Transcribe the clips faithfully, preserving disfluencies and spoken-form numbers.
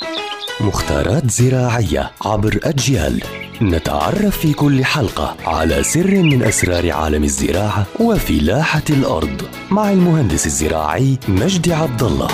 مختارات زراعية عبر أجيال، نتعرف في كل حلقة على سر من أسرار عالم الزراعة وفلاحة الأرض مع المهندس الزراعي مجدي عبد الله.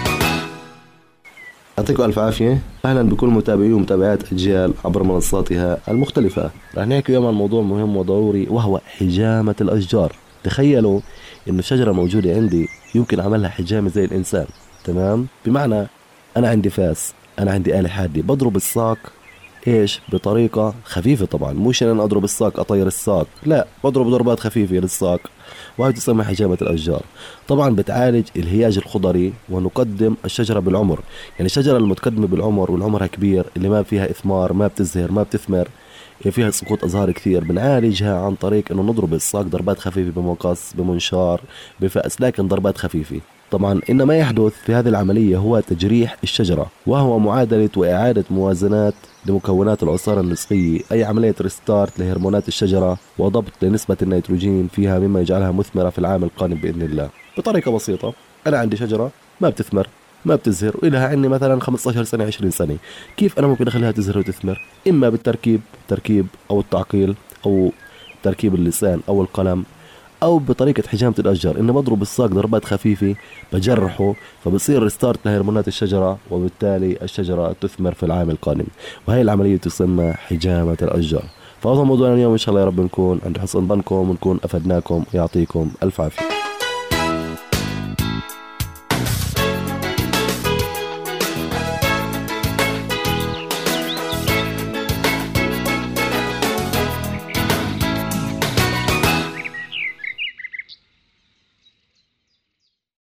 يعطيكم ألف عافية. أهلا بكل متابعي ومتابعات أجيال عبر منصاتها المختلفة. رح نحكي اليوم عن موضوع مهم وضروري وهو حجامة الأشجار. تخيلوا إنه شجرة موجودة عندي يمكن عملها حجامة زي الإنسان، تمام؟ بمعنى أنا عندي فاس، أنا عندي آلة حادة بضرب الساق إيش بطريقة خفيفة، طبعا مش أنا أضرب الساق أطير الساق، لا، بضرب ضربات خفيفة للساق، وهي تسمى حجامة الأشجار. طبعا بتعالج الهياج الخضري ونقدم الشجرة بالعمر، يعني الشجرة المتقدمة بالعمر والعمرها كبير اللي ما فيها إثمار، ما بتزهر، ما بتثمر، فيها سقوط أزهار كثير، بنعالجها عن طريق إنه نضرب الساق ضربات خفيفة بمقص، بمنشار، بفأس، لكن ضربات خفيفة. طبعا إن ما يحدث في هذه العملية هو تجريح الشجرة، وهو معادلة وإعادة موازنات لمكونات العصارة النسقية، أي عملية ريستارت لهرمونات الشجرة وضبط لنسبة النيتروجين فيها مما يجعلها مثمرة في العام القادم بإذن الله. بطريقة بسيطة، أنا عندي شجرة ما بتثمر، ما بتزهر، وإلها عندي مثلا خمسة عشر سنة عشرين سنة، كيف أنا ممكن أخليها تزهر وتثمر؟ إما بالتركيب تركيب أو التعقيل أو تركيب اللسان أو القلم، أو بطريقة حجامة الأشجار، إنه بضرب الساق ضربات خفيفة بجرحه فبصير ريستارت لهرمونات الشجرة، وبالتالي الشجرة تثمر في العام القادم. وهي العملية تسمى حجامة الأشجار. فهذا موضوعنا اليوم، إن شاء الله يا رب نكون عند حسن ظنكم ونكون أفدناكم. يعطيكم ألف عافية.